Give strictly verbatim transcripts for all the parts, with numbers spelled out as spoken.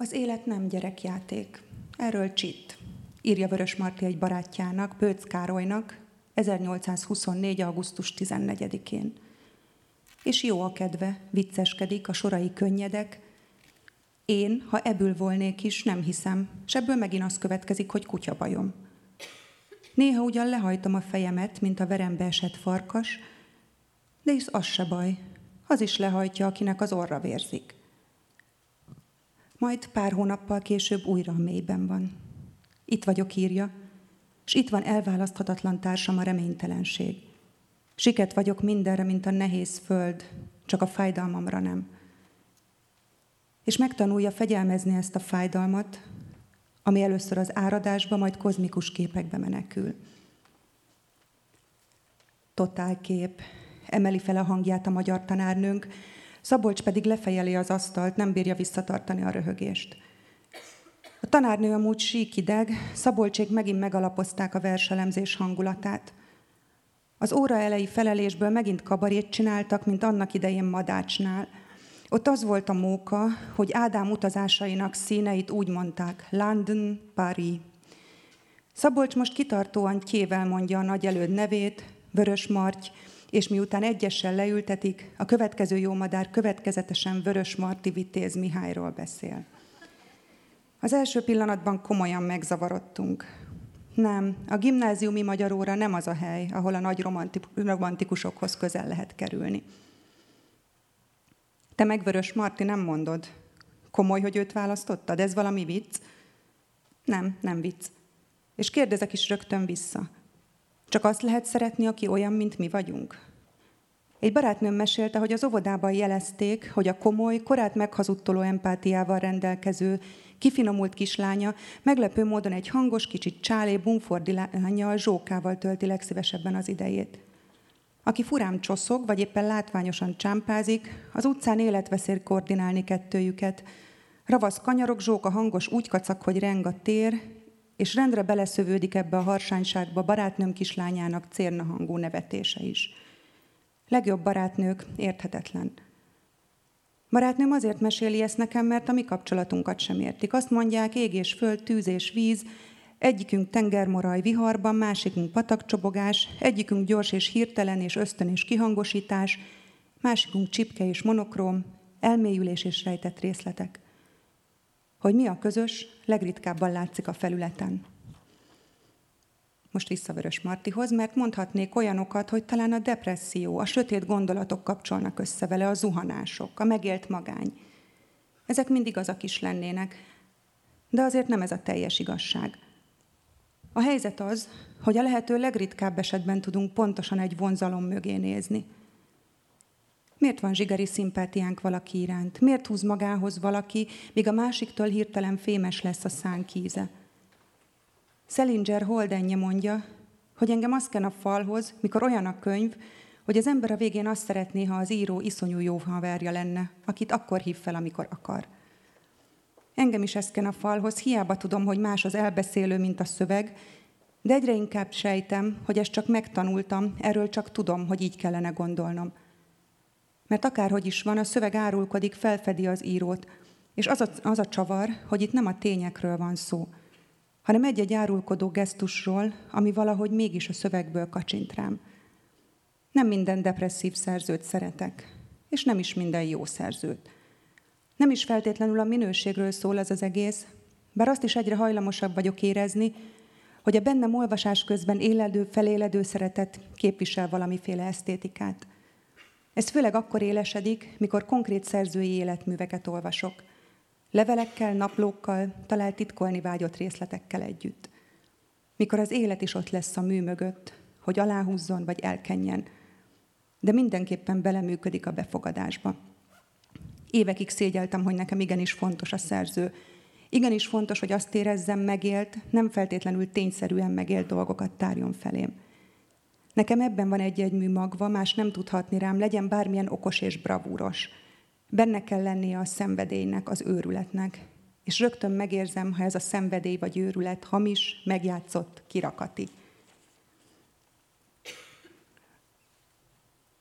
Az élet nem gyerekjáték. Erről csitt, írja Vörösmarty egy barátjának, Pőc Károlynak, ezernyolcszázhuszonnégy. augusztus tizennegyedikén. És jó a kedve, vicceskedik, a sorai könnyedek. Én, ha ebből volnék is, nem hiszem, s ebből megint az következik, hogy kutyabajom. Néha ugyan lehajtom a fejemet, mint a verembe esett farkas, de hisz az se baj, az is lehajtja, akinek az orra vérzik. Majd pár hónappal később újra a mélyben van. Itt vagyok, írja, s itt van elválaszthatatlan társam, a reménytelenség. Siket vagyok mindenre, mint a nehéz föld, csak a fájdalmamra nem. És megtanulja fegyelmezni ezt a fájdalmat, ami először az áradásba, majd kozmikus képekbe menekül. Totálkép, emeli fel a hangját a magyar tanárnőnk, Szabolcs pedig lefejeli az asztalt, nem bírja visszatartani a röhögést. A tanárnő amúgy síkideg, Szabolcsék megint megalapozták a verselemzés hangulatát. Az óra elejé felelésből megint kabarét csináltak, mint annak idején Madácsnál. Ott az volt a móka, hogy Ádám utazásainak színeit úgy mondták, London, Paris. Szabolcs most kitartóan tjével mondja a nagyelőd nevét, Vörösmarty, és miután egyessel leültetik, a következő jómadár következetesen Vörösmarty Vitéz Mihályról beszél. Az első pillanatban komolyan megzavarodtunk. Nem, a gimnáziumi magyar óra nem az a hely, ahol a nagy romantikusokhoz közel lehet kerülni. Te meg, Vörösmarty, nem mondod. Komoly, hogy őt választottad? Ez valami vicc? Nem, nem vicc. És kérdezek is rögtön vissza. Csak azt lehet szeretni, aki olyan, mint mi vagyunk? Egy barátnőm mesélte, hogy az óvodában jelezték, hogy a komoly, korát meghazudtoló empátiával rendelkező, kifinomult kislánya meglepő módon egy hangos, kicsit csálé, bumfordi lányjal, Zsókával tölti legszívesebben az idejét. Aki furán csoszog, vagy éppen látványosan csámpázik, az utcán életveszély koordinálni kettőjüket. Ravasz kanyarok, Zsóka hangos úgy kacag, hogy reng a tér, és rendre beleszövődik ebbe a harsányságba barátnőm kislányának cérna hangú nevetése is. Legjobb barátnők, érthetetlen. Barátnőm azért meséli ezt nekem, mert a mi kapcsolatunkat sem értik. Azt mondják, ég és föld, tűz és víz, egyikünk tengermoraj viharban, másikunk patakcsobogás, egyikünk gyors és hirtelen és ösztönös kihangosítás, másikunk csipke és monokróm, elmélyülés és rejtett részletek. Hogy mi a közös, legritkábban látszik a felületen. Most vissza Vörösmartyhoz, mert mondhatnék olyanokat, hogy talán a depresszió, a sötét gondolatok kapcsolnak össze vele, a zuhanások, a megélt magány. Ezek mind igazak is lennének, de azért nem ez a teljes igazság. A helyzet az, hogy a lehető legritkább esetben tudunk pontosan egy vonzalom mögé nézni. Miért van zsigeri szimpátiánk valaki iránt? Miért húz magához valaki, míg a másiktól hirtelen fémes lesz a szánkíze? Salinger Holdenje mondja, hogy engem azt ken a falhoz, mikor olyan a könyv, hogy az ember a végén azt szeretné, ha az író iszonyú jó haverja lenne, akit akkor hív fel, amikor akar. Engem is ezt ken a falhoz, hiába tudom, hogy más az elbeszélő, mint a szöveg, de egyre inkább sejtem, hogy ezt csak megtanultam, erről csak tudom, hogy így kellene gondolnom. Mert akárhogy is van, a szöveg árulkodik, felfedi az írót, és az a, az a csavar, hogy itt nem a tényekről van szó, hanem egy-egy árulkodó gesztusról, ami valahogy mégis a szövegből kacsint rám. Nem minden depresszív szerzőt szeretek, és nem is minden jó szerzőt. Nem is feltétlenül a minőségről szól ez az egész, bár azt is egyre hajlamosabb vagyok érezni, hogy a bennem olvasás közben éledő, feléledő szeretet képvisel valamiféle esztétikát. Ez főleg akkor élesedik, mikor konkrét szerzői életműveket olvasok. Levelekkel, naplókkal, talán titkolni vágyott részletekkel együtt. Mikor az élet is ott lesz a mű mögött, hogy aláhúzzon vagy elkenjen, de mindenképpen beleműködik a befogadásba. Évekig szégyeltem, hogy nekem igenis fontos a szerző. Igenis fontos, hogy azt érezzem, megélt, nem feltétlenül tényszerűen megélt dolgokat tárjon felém. Nekem ebben van egy-egy mű magva, más nem tudhatni rám, legyen bármilyen okos és bravúros. Benne kell lennie a szenvedélynek, az őrületnek. És rögtön megérzem, ha ez a szenvedély vagy őrület hamis, megjátszott, kirakati.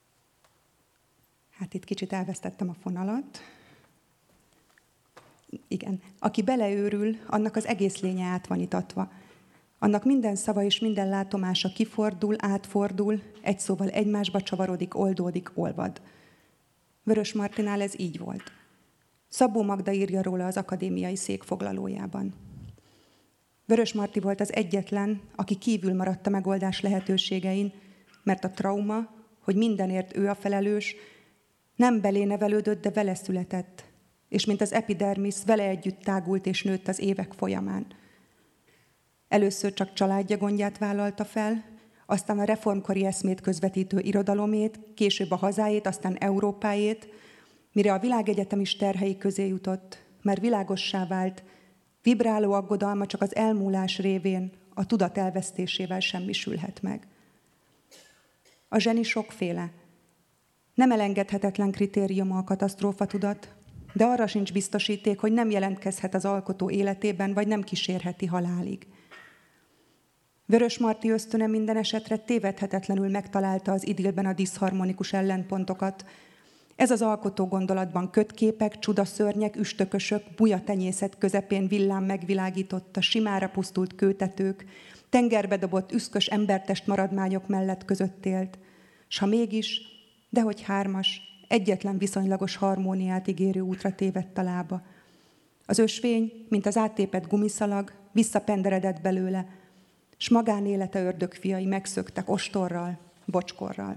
Hát itt kicsit elvesztettem a fonalat. Igen. Aki beleőrül, annak az egész lénye át van itatva. Annak minden szava és minden látomása kifordul, átfordul, egy szóval egymásba csavarodik, oldódik, olvad. Vörösmartynál ez így volt. Szabó Magda írja róla az akadémiai szék foglalójában. Vörösmarty volt az egyetlen, aki kívül maradt a megoldás lehetőségein, mert a trauma, hogy mindenért ő a felelős, nem belé nevelődött, de vele született, és mint az epidermis vele együtt tágult és nőtt az évek folyamán. Először csak családja gondját vállalta fel, aztán a reformkori eszmét közvetítő irodalomét, később a hazáét, aztán Európáét, mire a világegyetem is terhei közé jutott, mert világossá vált, vibráló aggodalma csak az elmúlás révén, a tudat elvesztésével semmisülhet meg. A zseni sokféle. Nem elengedhetetlen kritériuma a katasztrófatudat, de arra sincs biztosíték, hogy nem jelentkezhet az alkotó életében, vagy nem kísérheti halálig. Vörösmarty ösztöne minden esetre tévedhetetlenül megtalálta az idillben a diszharmonikus ellenpontokat. Ez az alkotó gondolatban kötképek, csudaszörnyek, üstökösök, bujatenyészet közepén villám megvilágította, simára pusztult kőtetők, tengerbe dobott üszkös embertest maradmányok mellett között élt. S ha mégis, dehogy hármas, egyetlen viszonylagos harmóniát ígérő útra tévedt a lába. Az ösvény, mint az áttépett gumiszalag, visszapenderedett belőle, s magánélete ördögfiai megszöktek ostorral, bocskorral.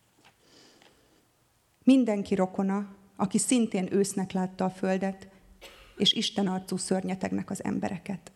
Mindenki rokona, aki szintén ősznek látta a földet, és istenarcú szörnyetegnek az embereket.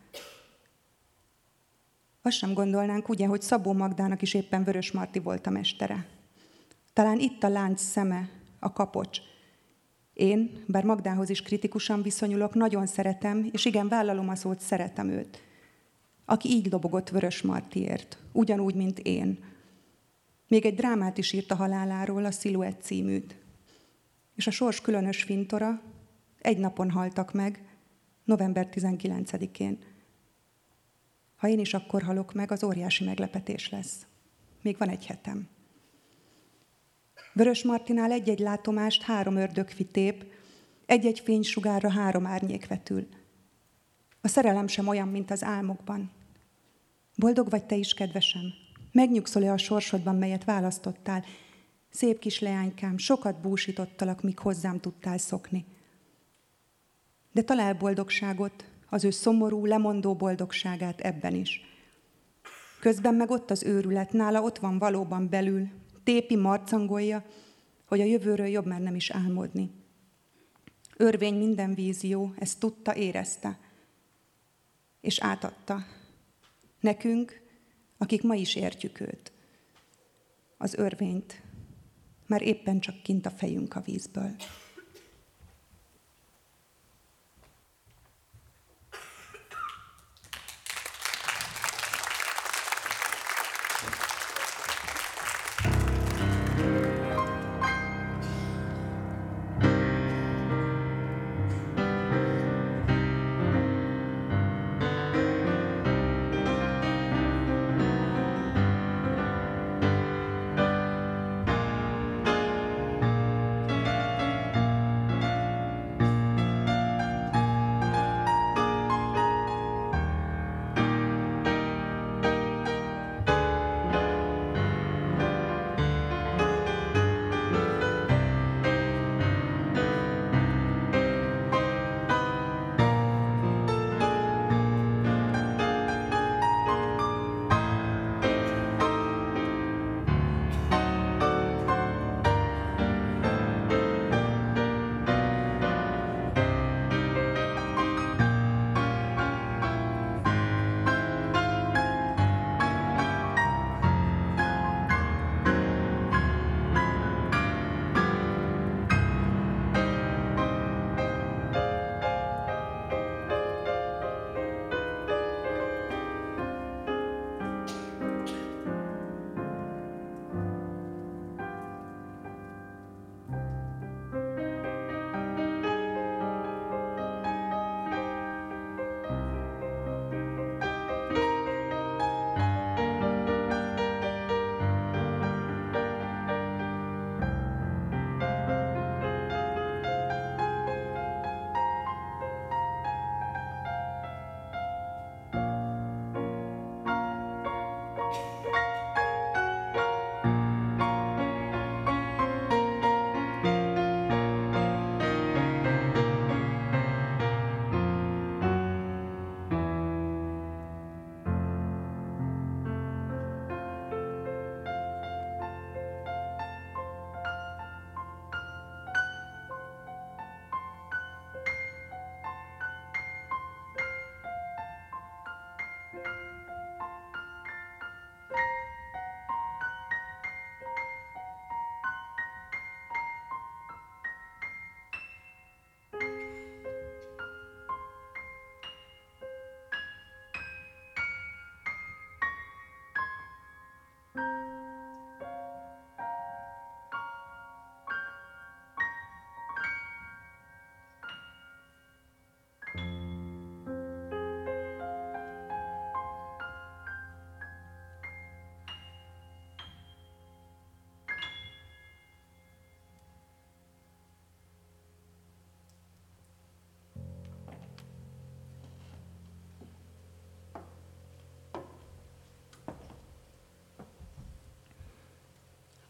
Azt sem gondolnánk, ugye, hogy Szabó Magdának is éppen Vörösmarty volt a mestere. Talán itt a lánc szeme, a kapocs. Én, bár Magdához is kritikusan viszonyulok, nagyon szeretem, és igen, vállalom a szót, szeretem őt. Aki így lobogott Vörösmartyért, ugyanúgy, mint én. Még egy drámát is írt a haláláról, a Sziluett címűt. És a sors különös fintora, egy napon haltak meg, november tizenkilencedikén. Ha én is akkor halok meg, az óriási meglepetés lesz. Még van egy hetem. Vörösmartynál egy-egy látomást három ördögfi tép, egy-egy fénysugárra három árnyék vetül. A szerelem sem olyan, mint az álmokban. Boldog vagy te is, kedvesem? Megnyugszol-e a sorsodban, melyet választottál? Szép kis leánykám, sokat búsítottalak, míg hozzám tudtál szokni. De talál boldogságot, az ő szomorú, lemondó boldogságát ebben is. Közben meg ott az őrület, nála ott van valóban belül, tépi, marcangolja, hogy a jövőről jobb már nem is álmodni. Örvény minden vízió, ezt tudta, érezte, és átadta. Nekünk, akik ma is értjük őt. Az örvényt, már éppen csak kint a fejünk a vízből.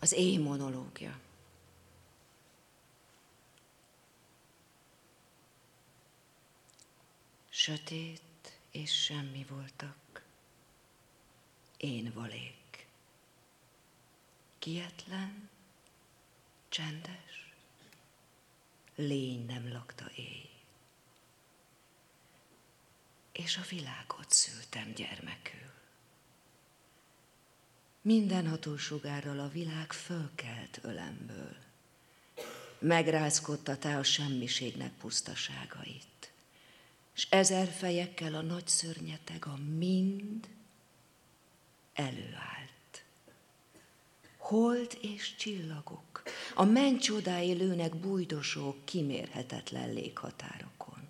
Az éj monológia. Sötét és semmi voltak. Én valék. Kietlen, csendes, lény nem lakta éj. És a világot szültem gyermekül. Mindenható sugárral a világ fölkelt ölemből. Megrázkodtatá a semmiségnek pusztaságait, s ezer fejekkel a nagy szörnyeteg a mind előállt. Hold és csillagok, a mencsodái lőnek bújdosók kimérhetetlen léghatárokon.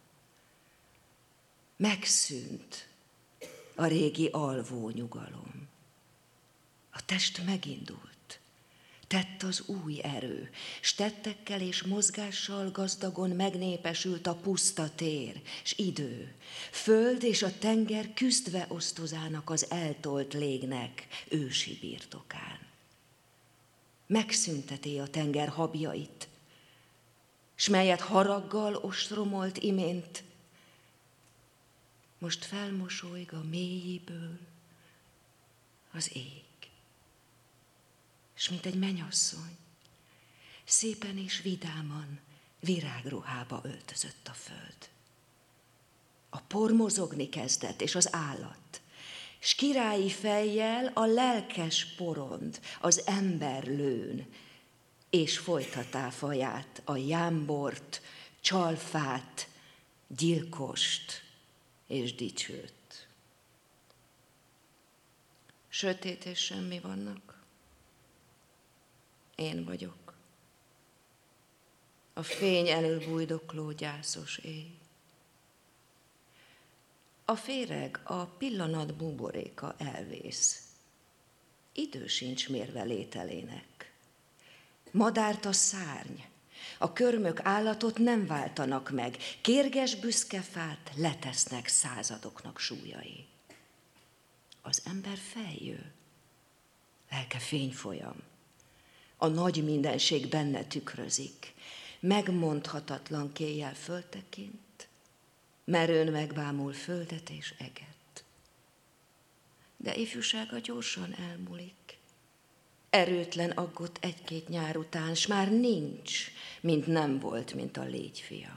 Megszűnt a régi alvó nyugalom. A test megindult, tett az új erő, s tettekkel és mozgással gazdagon megnépesült a puszta tér, s idő, föld és a tenger küzdve osztozának az eltolt légnek ősi birtokán. Megszünteti a tenger habjait, s melyet haraggal ostromolt imént, most felmosolyg a mélyiből az ég. S mint egy mennyasszony, szépen és vidáman virágruhába öltözött a föld. A por mozogni kezdett, és az állat, s királyi fejjel a lelkes porond, az ember lőn, és folytatá faját, a jámbort, csalfát, gyilkost és dicsőt. Sötét és semmi vannak. Én vagyok. A fény elől bújdokló gyászos éj. A féreg, a pillanat buboréka elvész. Idő sincs mérve lételének. Madárt a szárny, a körmök állatot nem váltanak meg, kérges büszkefát letesznek századoknak súlyai. Az ember feljő, lelke fényfolyam. A nagy mindenség benne tükrözik, megmondhatatlan kéjjel föltekint, merőn megbámul földet és eget. De ifjúsága gyorsan elmúlik, erőtlen aggott egy-két nyár után, s már nincs, mint nem volt, mint a légyfia.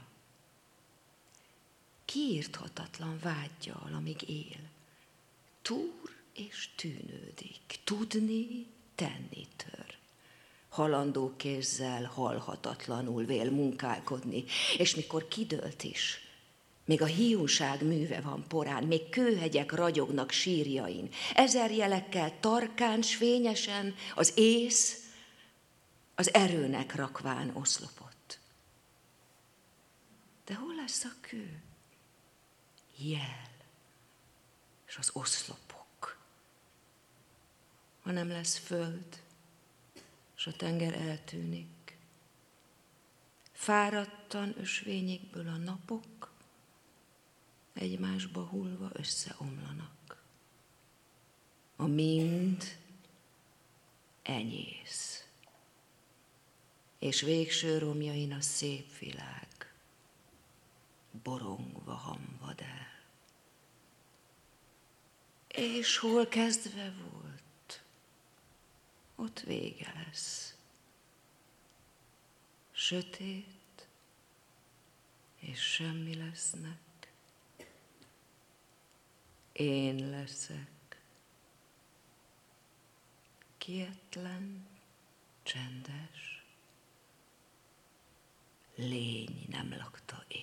Kiírthatatlan vággyal, amíg él, túr és tűnődik, tudni, tenni tör. Halandó kézzel halhatatlanul vél munkálkodni, és mikor kidőlt is, még a hiúság műve van porán, még kőhegyek ragyognak sírjain, ezer jelekkel tarkán s fényesen az ész az erőnek rakván oszlopott. De hol lesz a kő? Jel, és az oszlopok. Ha nem lesz föld, s a tenger eltűnik. Fáradtan ösvényékből a napok egymásba hullva összeomlanak. A mind enyész, és végső romjain a szép világ borongva hamvad el. És hol kezdve volt, ott vége lesz. Sötét és semmi lesznek. Én leszek. Kietlen, csendes, lény nem lakta éj.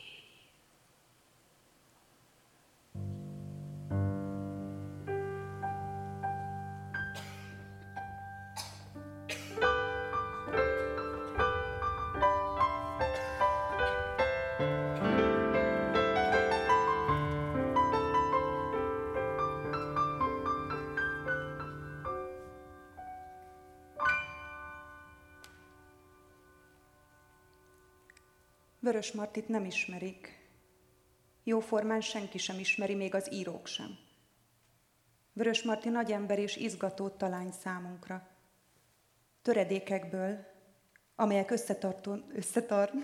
Vörösmartit nem ismerik. Jóformán senki sem ismeri, még az írók sem. Vörösmarty nagy ember és izgató talány számunkra. töredékekből, amelyek összetartó, összetart,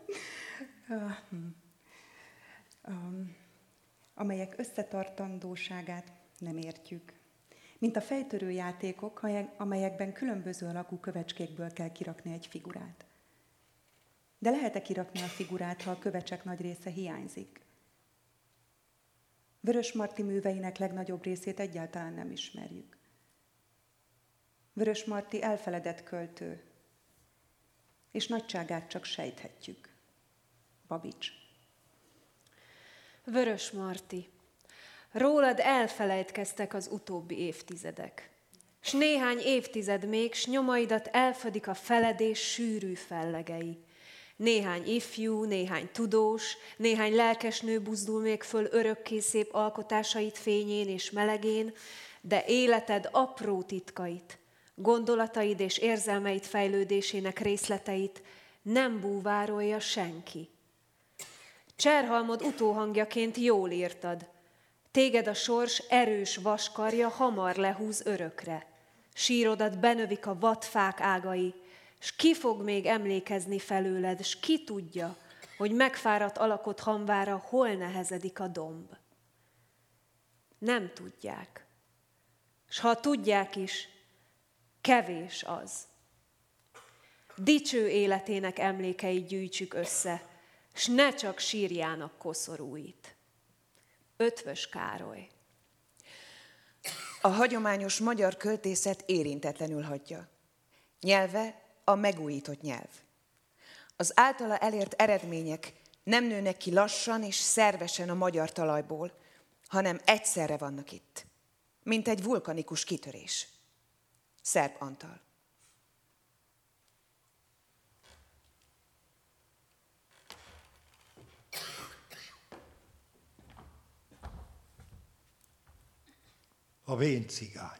amelyek összetartandóságát nem értjük. Mint a fejtörő játékok, amelyekben különböző alakú kövecskékből kell kirakni egy figurát. De lehet-e kirakni a figurát, ha a kövecsek nagy része hiányzik? Vörösmarty műveinek legnagyobb részét egyáltalán nem ismerjük. Vörösmarty elfeledett költő, és nagyságát csak sejthetjük. Babics. Vörösmarty, rólad elfelejtkeztek az utóbbi évtizedek, s néhány évtized még, s nyomaidat elfedik a feledés sűrű fellegei. Néhány ifjú, néhány tudós, néhány lelkesnő buzdul még föl örökké szép alkotásait fényén és melegén, de életed apró titkait, gondolataid és érzelmeid fejlődésének részleteit nem búvárolja senki. Cserhalmod utóhangjaként jól írtad, téged a sors erős vaskarja hamar lehúz örökre, sírodat benövik a vadfák ágai, s ki fog még emlékezni felőled, s ki tudja, hogy megfáradt alakot hamvára hol nehezedik a domb. Nem tudják. S ha tudják is, kevés az. Dicső életének emlékeit gyűjtsük össze, s ne csak sírjának koszorúit. Ötvös Károly. A hagyományos magyar költészet érintetlenül hagyja. Nyelve a megújított nyelv. Az általa elért eredmények nem nőnek ki lassan és szervesen a magyar talajból, hanem egyszerre vannak itt, mint egy vulkanikus kitörés. Szerb Antal. A vén cigány.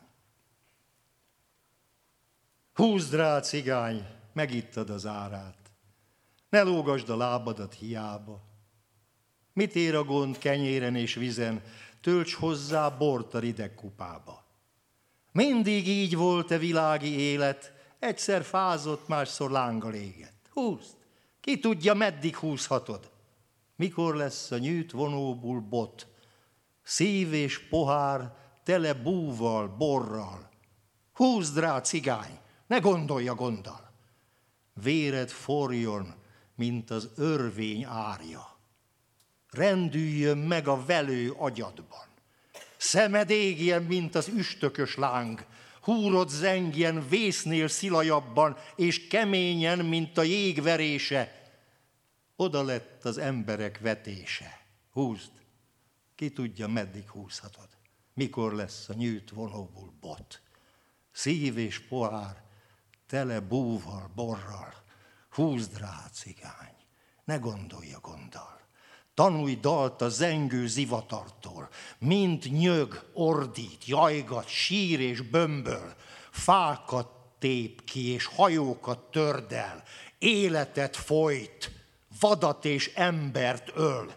Húzd rá, cigány, megittad az árát. Ne lógasd a lábadat hiába. Mit ér a gond kenyéren és vizen, tölts hozzá bort a rideg kupába. Mindig így volt a világi élet, egyszer fázott, másszor lánggal égett. Húzd, ki tudja, meddig húzhatod. Mikor lesz a nyűt vonóból bot, szív és pohár tele búval, borral. Húzd rá, cigány, ne gondolja gonddal. Véred forjon, mint az örvény árja. Rendüljön meg a velő agyadban. Szemed égjen, mint az üstökös láng. Húrod zengjen vésznél szilajabban, és keményen, mint a jég verése. Oda lett az emberek vetése. Húzd, ki tudja, meddig húzhatod. Mikor lesz a nyűt vonóból bot. Szív és pohár, tele búval, borral. Húzd rá, cigány, ne gondolja gonddal. Tanulj dalt a zengő zivatartól, mint nyög, ordít, jajgat, sír és bömböl. Fákat tép ki és hajókat tördel, életet folyt, vadat és embert öl.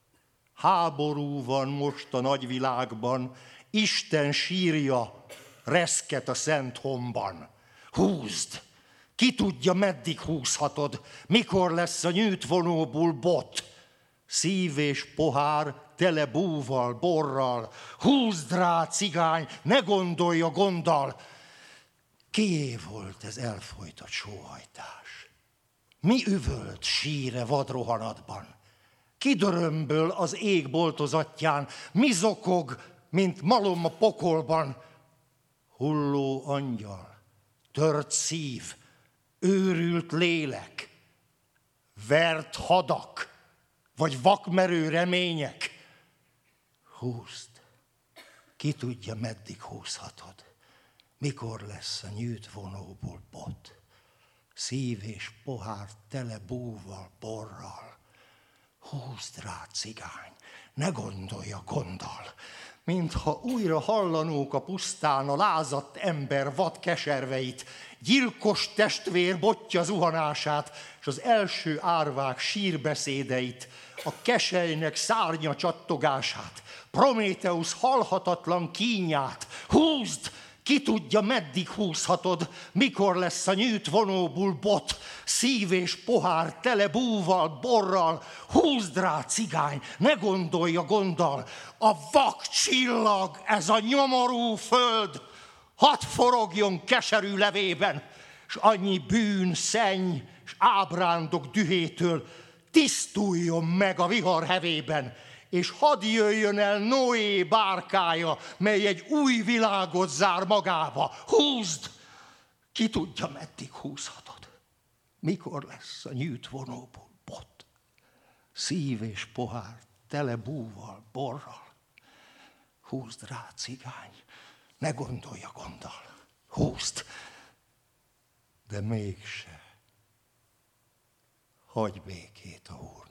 Háború van most a nagyvilágban, Isten sírja reszket a szent homban. Húzd! Ki tudja, meddig húzhatod, mikor lesz a nyűt vonóból bot. Szív és pohár tele búval, borral. Húzd rá, cigány, ne gondolja gonddal. Kié volt ez elfojtott sóhajtás? Mi üvölt síre vadrohanatban? Ki dörömböl az ég boltozatján? Mi zokog, mint malom a pokolban? Hulló angyal, tört szív, őrült lélek, vert hadak, vagy vakmerő remények. Húzd, ki tudja, meddig húzhatod, mikor lesz a nyűt vonóból bot, szív és pohár tele búval, borral. Húzd rá, cigány, ne gondolja gonddal, mintha újra hallanók a pusztán a lázadt ember vad keserveit, gyilkos testvér botja zuhanását, és az első árvák sírbeszédeit, a keselynek szárnya csattogását, Prométeusz halhatatlan kínját. Húzd, Ki tudja, meddig húzhatod, mikor lesz a nyűt vonóból bot, szív és pohár tele búval, borral. Húzd rá, cigány, ne gondolj a gonddal, a vak csillag, ez a nyomorú föld, hadd forogjon keserű levében, s annyi bűn, szenny, s ábrándok dühétől tisztuljon meg a vihar hevében, és hadd jöjjön el Noé bárkája, mely egy új világot zár magába. Húzd! Ki tudja, meddig húzhatod? Mikor lesz a nyűt vonóból bot? Szív és pohár tele búval, borral. Húzd rá, cigány, ne gondolj a gonddal. Húzd! De mégse. Hagyj békét a Úrnak.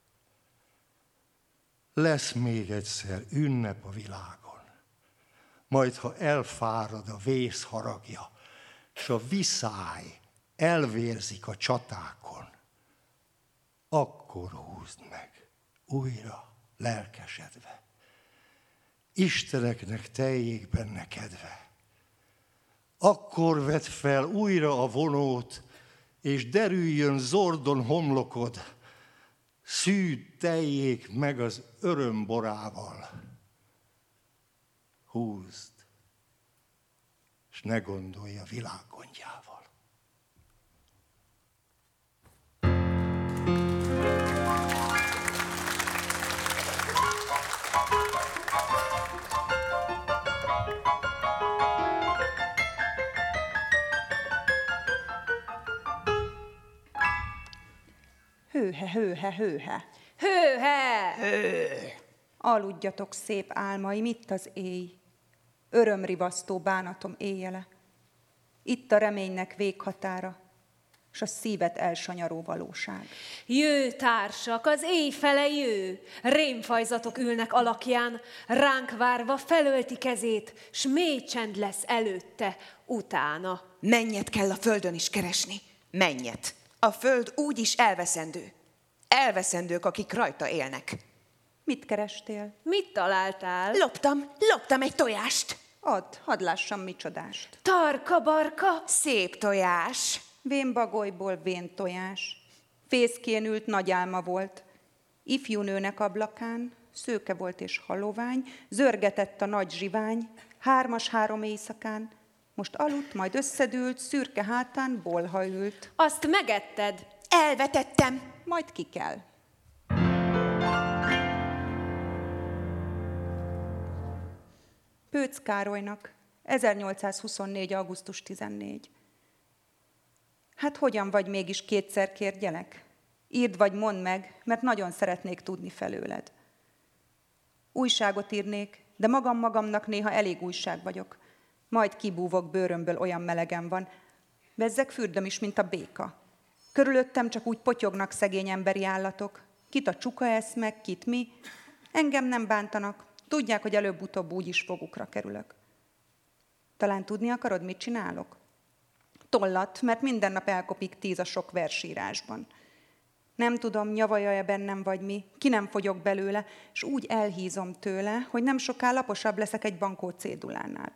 Lesz még egyszer ünnep a világon, majd ha elfárad a vész haragja, s a viszály elvérzik a csatákon, akkor húzd meg újra lelkesedve. Isteneknek teljék benne kedve. Akkor vedd fel újra a vonót, és derüljön zordon homlokod, szűd teljék meg az örömborával. Húzd, és ne gondolj a világ gondjával. Hőhe, hőhe, hőhe. Hőhe! Hő. Aludjatok szép álmaim, itt az éj, örömrivasztó bánatom éjjele. Itt a reménynek véghatára, s a szívet elsanyaró valóság. Jő, társak, az éjfele jő, rémfajzatok ülnek alakján, ránk várva felölti kezét, s mély csend lesz előtte, utána. Mennyet kell a földön is keresni, mennyet. A föld úgy is elveszendő. Elveszendők, akik rajta élnek. Mit kerestél? Mit találtál? Loptam, loptam egy tojást. Add, hadd lássam micsodást. Tarka, barka, Szép tojás. Vén bagolyból vén tojás. Fészkén ült nagy álma volt. Ifjú nőnek ablakán, szőke volt és halovány, zörgetett a nagy zsivány, hármas három éjszakán. Most aludt, majd összedült, szürke hátán bolha ült. azt megetted. Elvetettem. Majd ki kell. Pőc Károlynak, ezernyolcszázhuszonnégy. augusztus tizennégy. Hát hogyan vagy mégis kétszer kérgyelek? Írd vagy mondd meg, mert nagyon szeretnék tudni felőled. Újságot írnék, de magam magamnak néha elég újság vagyok. Majd kibúvok bőrömből, olyan melegem van. Bezzeg fürdöm is, mint a béka. Körülöttem csak úgy potyognak szegény emberi állatok. Kit a csuka esz meg, kit mi. Engem nem bántanak. Tudják, hogy előbb-utóbb úgy is fogukra kerülök. Talán tudni akarod, mit csinálok? Tollat, mert minden nap elkopik tíz a sok versírásban. Nem tudom, nyavaja-e bennem vagy mi, ki nem fogyok belőle, és úgy elhízom tőle, hogy nem soká laposabb leszek egy bankó cédulánál.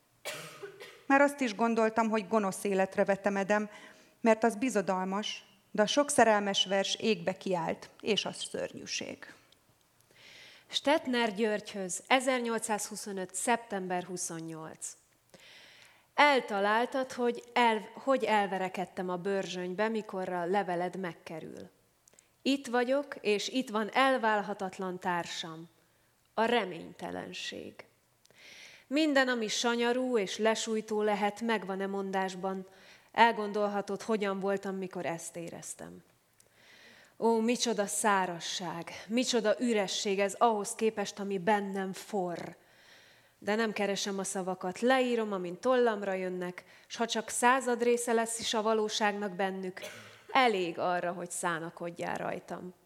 Már azt is gondoltam, hogy gonosz életre vetemedem, mert az bizodalmas, de a sok szerelmes vers égbe kiállt, és az szörnyűség. Stettner Györgyhöz, ezernyolcszázhuszonöt. szeptember huszonnyolc. Eltaláltad, hogy, el, hogy elverekedtem a bőrzsönybe, mikor a leveled megkerül. Itt vagyok, és itt van elválhatatlan társam, a reménytelenség. Minden, ami sanyarú és lesújtó lehet, megvan-e mondásban. Elgondolhatod, hogyan voltam, mikor ezt éreztem. Ó, micsoda szárazság, micsoda üresség ez ahhoz képest, ami bennem forr. De nem keresem a szavakat, leírom, amint tollamra jönnek, s ha csak század része lesz is a valóságnak bennük, elég arra, hogy szánakodjál rajtam.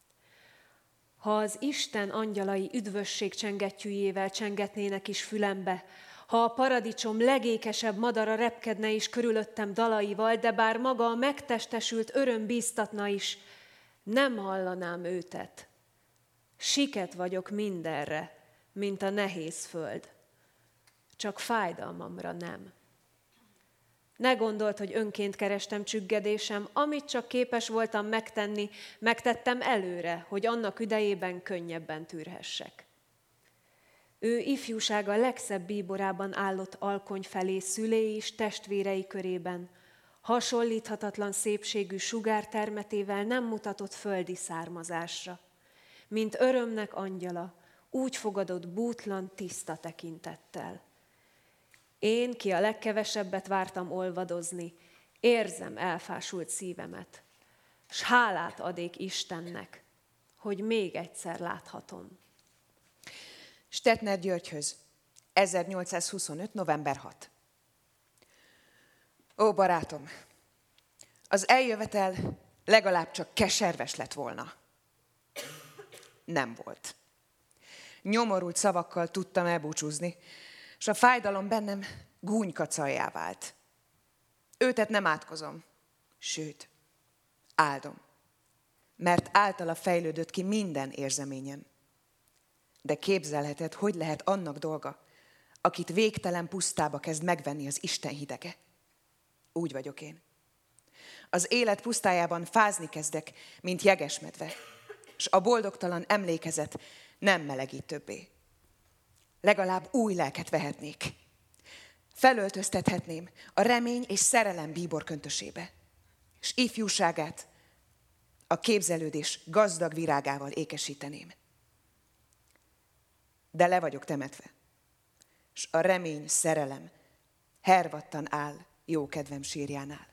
Ha az Isten angyalai üdvösség csengettyűjével csengetnének is fülembe, ha a paradicsom legékesebb madara repkedne is körülöttem dalaival, de bár maga a megtestesült öröm bíztatna is, nem hallanám őtet. Siket vagyok mindenre, mint a nehéz föld. csak fájdalmamra nem. Ne gondold, hogy önként kerestem csüggedésem, amit csak képes voltam megtenni, megtettem előre, hogy annak idejében könnyebben tűrhessek. Ő ifjúsága legszebb bíborában állott alkony felé szülei és testvérei körében, hasonlíthatatlan szépségű sugártermetével nem mutatott földi származásra. Mint örömnek angyala, úgy fogadott bútlan, tiszta tekintettel. Én, ki a legkevesebbet vártam olvadozni, érzem elfásult szívemet, s hálát adék Istennek, hogy még egyszer láthatom. Stettner Györgyhöz, ezernyolcszázhuszonöt. november hatodika. Ó, barátom, az eljövetel legalább csak keserves lett volna. Nem volt. Nyomorult szavakkal tudtam elbúcsúzni, és a fájdalom bennem gúnykacajjá vált. Őtet nem átkozom, sőt, áldom, mert általa fejlődött ki minden érzeményem. De képzelheted, hogy lehet annak dolga, akit végtelen pusztába kezd megvenni az Isten hidege. Úgy vagyok én. Az élet pusztájában fázni kezdek, mint jegesmedve, s a boldogtalan emlékezet nem melegít többé. Legalább új lelket vehetnék. Felöltöztethetném a remény és szerelem bíbor köntösébe, s ifjúságát a képzelődés gazdag virágával ékesíteném. De le vagyok temetve, s a remény, szerelem hervadtan áll jó kedvem sírjánál.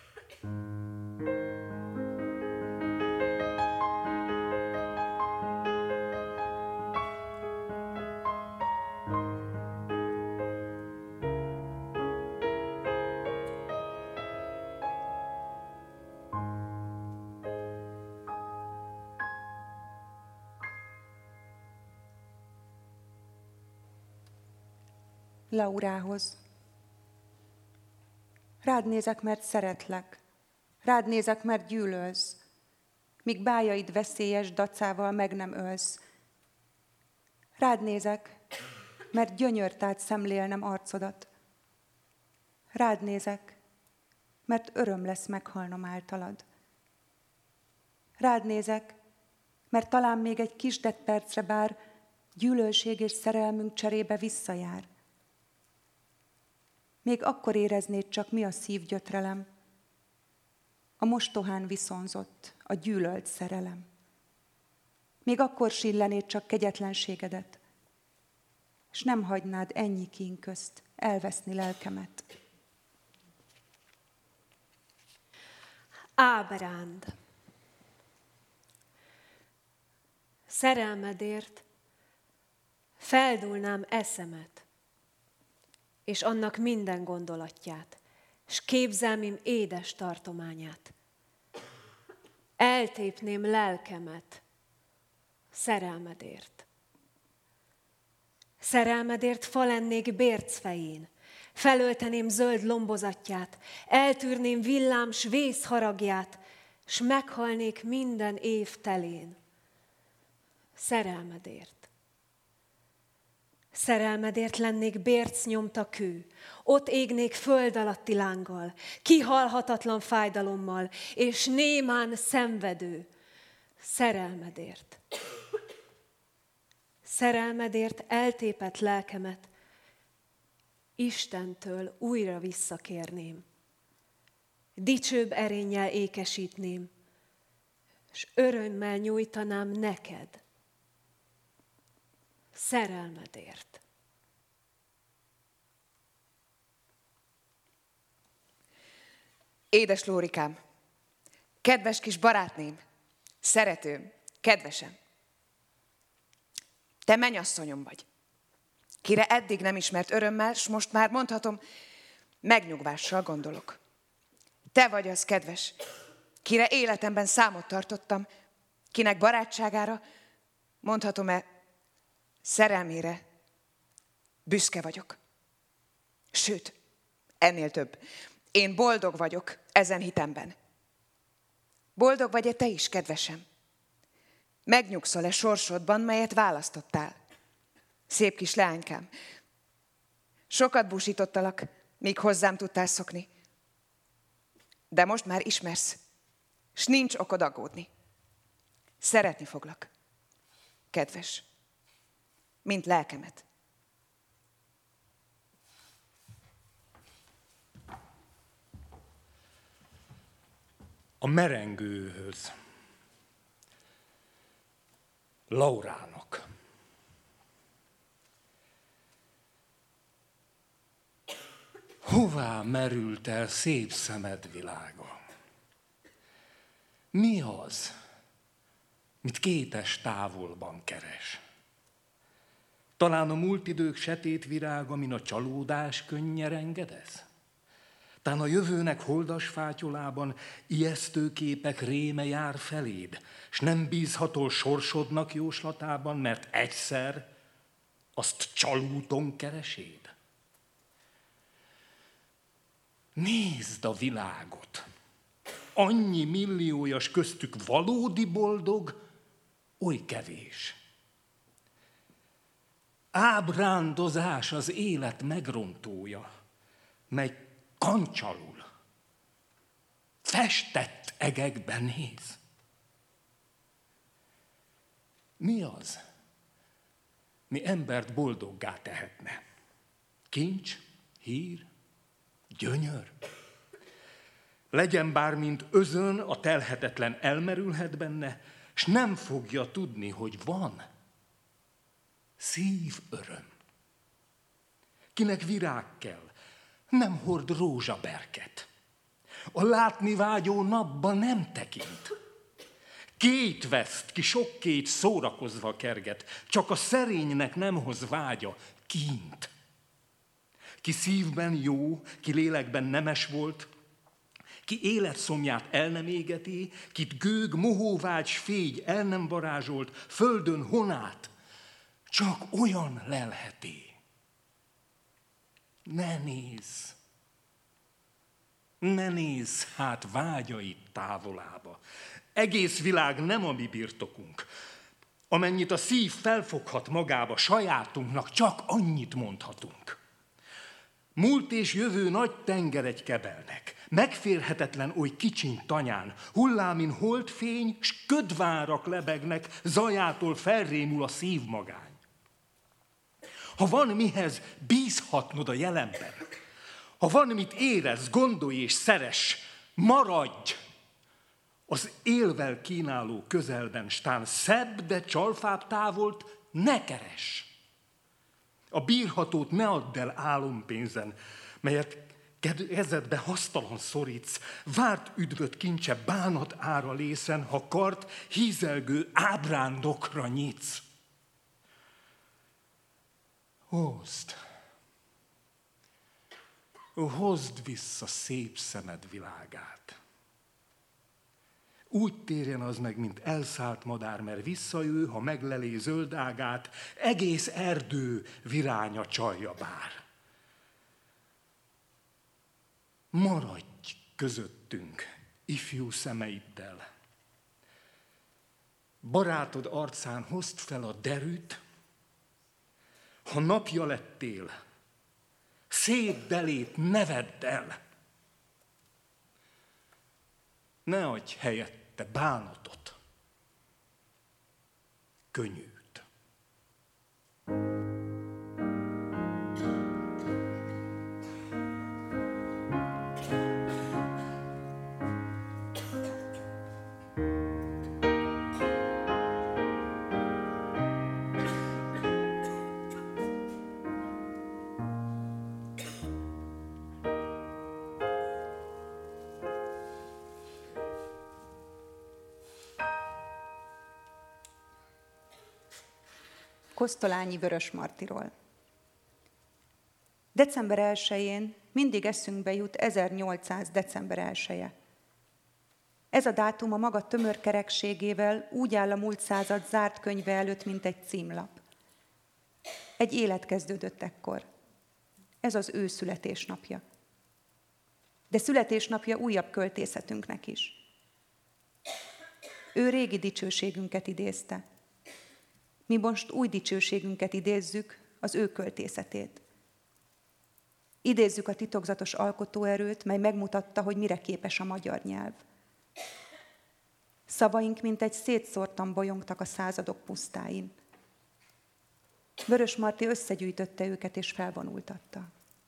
Laurához. Rád nézek, mert szeretlek. Rád nézek, mert gyűlölsz. Míg bájaid veszélyes dacával meg nem ölsz. Rád nézek, mert gyönyörtád szemlélnem arcodat. Rád nézek, mert öröm lesz meghalnom általad. Rád nézek, mert talán még egy kisdett percre bár gyűlölség és szerelmünk cserébe visszajár. Még akkor éreznéd csak, mi a szívgyötrelem. A mostohán viszonzott, a gyűlölt szerelem. Még akkor sillenéd csak kegyetlenségedet, és nem hagynád ennyi kín közt elveszni lelkemet. Ábránd. Szerelmedért feldúlnám eszemet, és annak minden gondolatját, s képzelmim édes tartományát. Eltépném lelkemet szerelmedért. Szerelmedért fa lennék bérc fején, felölteném zöld lombozatját, eltűrném villám s vész haragját, s meghalnék minden év telén. Szerelmedért. Szerelmedért lennék bérc nyomta kő, ott égnék föld alatti lánggal, kihalhatatlan fájdalommal, és némán szenvedő. Szerelmedért. Szerelmedért eltépett lelkemet Istentől újra visszakérném. Dicsőbb erénnyel ékesítném, és örömmel nyújtanám neked. Szerelmedért. Édes Lórikám, kedves kis barátném, szeretőm, kedvesem, te mennyasszonyom vagy, kire eddig nem ismert örömmel, s most már mondhatom, megnyugvással gondolok. Te vagy az, kedves, kire életemben számot tartottam, kinek barátságára, mondhatom-e, szerelmére büszke vagyok. Sőt, ennél több. Én boldog vagyok ezen hitemben. Boldog vagy-e te is, kedvesem? Megnyugszol-e sorsodban, melyet választottál? Szép kis leánykám. Sokat búsítottalak, míg hozzám tudtál szokni. De most már ismersz, s nincs okod aggódni. Szeretni foglak. Kedves, mint lelkemet. A merengőhöz. Laurának. Hová merült el szép szemed világa? Mi az, mit kétes távolban keres? Talán a múlt idők setét virága, min a csalódás könnyen engedez? Tán a jövőnek holdas fátyolában ijesztő képek réme jár feléd, s nem bízhatol sorsodnak jóslatában, mert egyszer azt csalúton kereséd? Nézd a világot! Annyi milliójas köztük valódi boldog, oly kevés. Ábrándozás az élet megrontója, mely kancsalul, festett egekben néz. Mi az, mi embert boldoggá tehetne? Kincs, hír, gyönyör? Legyen bár, mint özön, a telhetetlen elmerülhet benne, s nem fogja tudni, hogy van szívöröm. Kinek virág kell, nem hord rózsaberket. A látni vágyó napba nem tekint. Két veszt, ki sok két szórakozva kerget, csak a szerénynek nem hoz vágya kint. Ki szívben jó, ki lélekben nemes volt, ki életszomját el nem égeti, kit gőg, mohóvágy, fégy el nem varázsolt, földön honát, csak olyan lelheti. Ne nézz, ne nézz hát vágyait távolába. Egész világ nem a mi birtokunk. Amennyit a szív felfoghat magába, sajátunknak csak annyit mondhatunk. Múlt és jövő nagy tengeregy kebelnek, megférhetetlen oly kicsiny tanyán, hullámin holdfény, s ködvárak lebegnek, zajától felrémul a szívmagány. Ha van mihez bízhatnod a jelenben, ha van mit érez, gondolj és szeress, maradj az élvel kínáló közelben, stán szebb, de csalfább távolt ne keress. A bírhatót ne add el álompénzen, melyet kezedbe hasztalan szorítsz, várt üdvöt kincse bánat ára lészen, ha kart hízelgő ábrándokra nyitsz. Hozd, hozd vissza szép szemed világát. Úgy térjen az meg, mint elszállt madár, mert visszajő, ha meglelé zöld ágát, egész erdő viránya csalja bár. Maradj közöttünk, ifjú szemeiddel. Barátod arcán hozd fel a derűt, ha napja lettél, szép delét ne vedd el. Ne adj helyette bánatot, könnyűt. Kosztolányi Vörösmartyról. december elsején mindig eszünkbe jut ezernyolcszáz. december elseje. Ez a dátum a maga tömörkerekségével úgy áll a múlt század zárt könyve előtt, mint egy címlap. Egy élet kezdődött ekkor. Ez az ő születésnapja. De születésnapja újabb költészetünknek is. Ő régi dicsőségünket idézte. Mi most új dicsőségünket idézzük, az ő költészetét. Idézzük a titokzatos alkotóerőt, mely megmutatta, hogy mire képes a magyar nyelv. Szavaink mintegy szétszórtan bolyongtak a századok pusztáin. Vörösmarty összegyűjtötte őket és felvonultatta.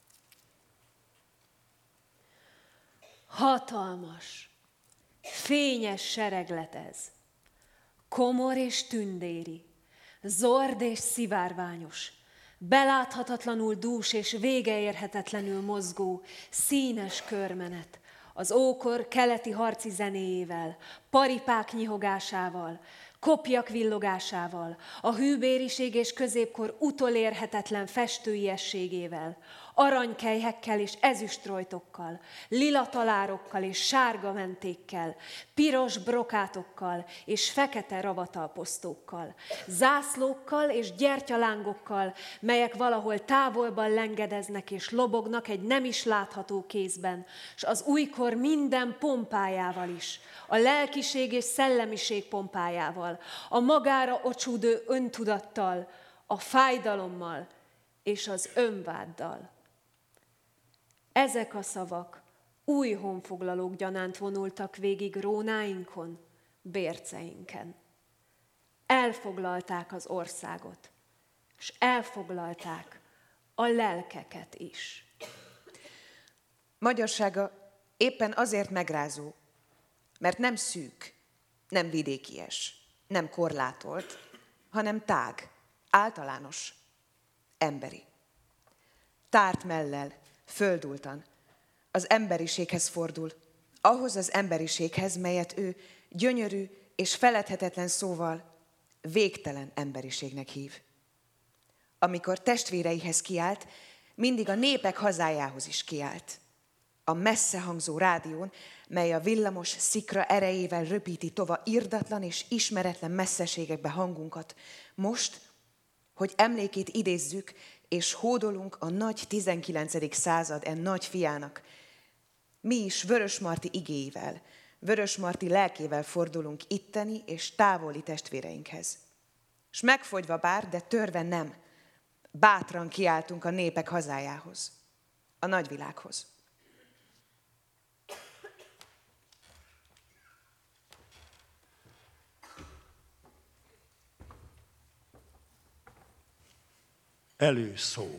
Hatalmas, fényes sereglet ez, komor és tündéri, zord és szivárványos, beláthatatlanul dús és végeérhetetlenül mozgó, színes körmenet, az ókor keleti harci zenéjével, paripák nyihogásával, kopjak villogásával, a hűbériség és középkor utolérhetetlen festőiességével, aranykelyhekkel és ezüstrojtokkal, lila talárokkal és sárga mentékkel, piros brokátokkal és fekete ravatalposztókkal, zászlókkal és gyertyalángokkal, melyek valahol távolban lengedeznek és lobognak egy nem is látható kézben, s az újkor minden pompájával is, a lelkiség és szellemiség pompájával, a magára ocsúdó öntudattal, a fájdalommal és az önváddal. Ezek a szavak új honfoglalók gyanánt vonultak végig rónáinkon, bérceinken. Elfoglalták az országot, és elfoglalták a lelkeket is. Magyarsága éppen azért megrázó, mert nem szűk, nem vidékies, nem korlátolt, hanem tág, általános, emberi. Tárt mellel, földultan, az emberiséghez fordul, ahhoz az emberiséghez, melyet ő gyönyörű és feledhetetlen szóval végtelen emberiségnek hív. Amikor testvéreihez kiált, mindig a népek hazájához is kiált. A messze hangzó rádión, mely a villamos szikra erejével röpíti tova irdatlan és ismeretlen messzeségekbe hangunkat, most, hogy emlékét idézzük, és hódolunk a nagy tizenkilencedik század en nagy fiának, mi is Vörösmarty igéivel, Vörösmarty lelkével fordulunk itteni és távoli testvéreinkhez. S megfogyva bár, de törve nem, bátran kiáltunk a népek hazájához, a nagyvilághoz. Előszó.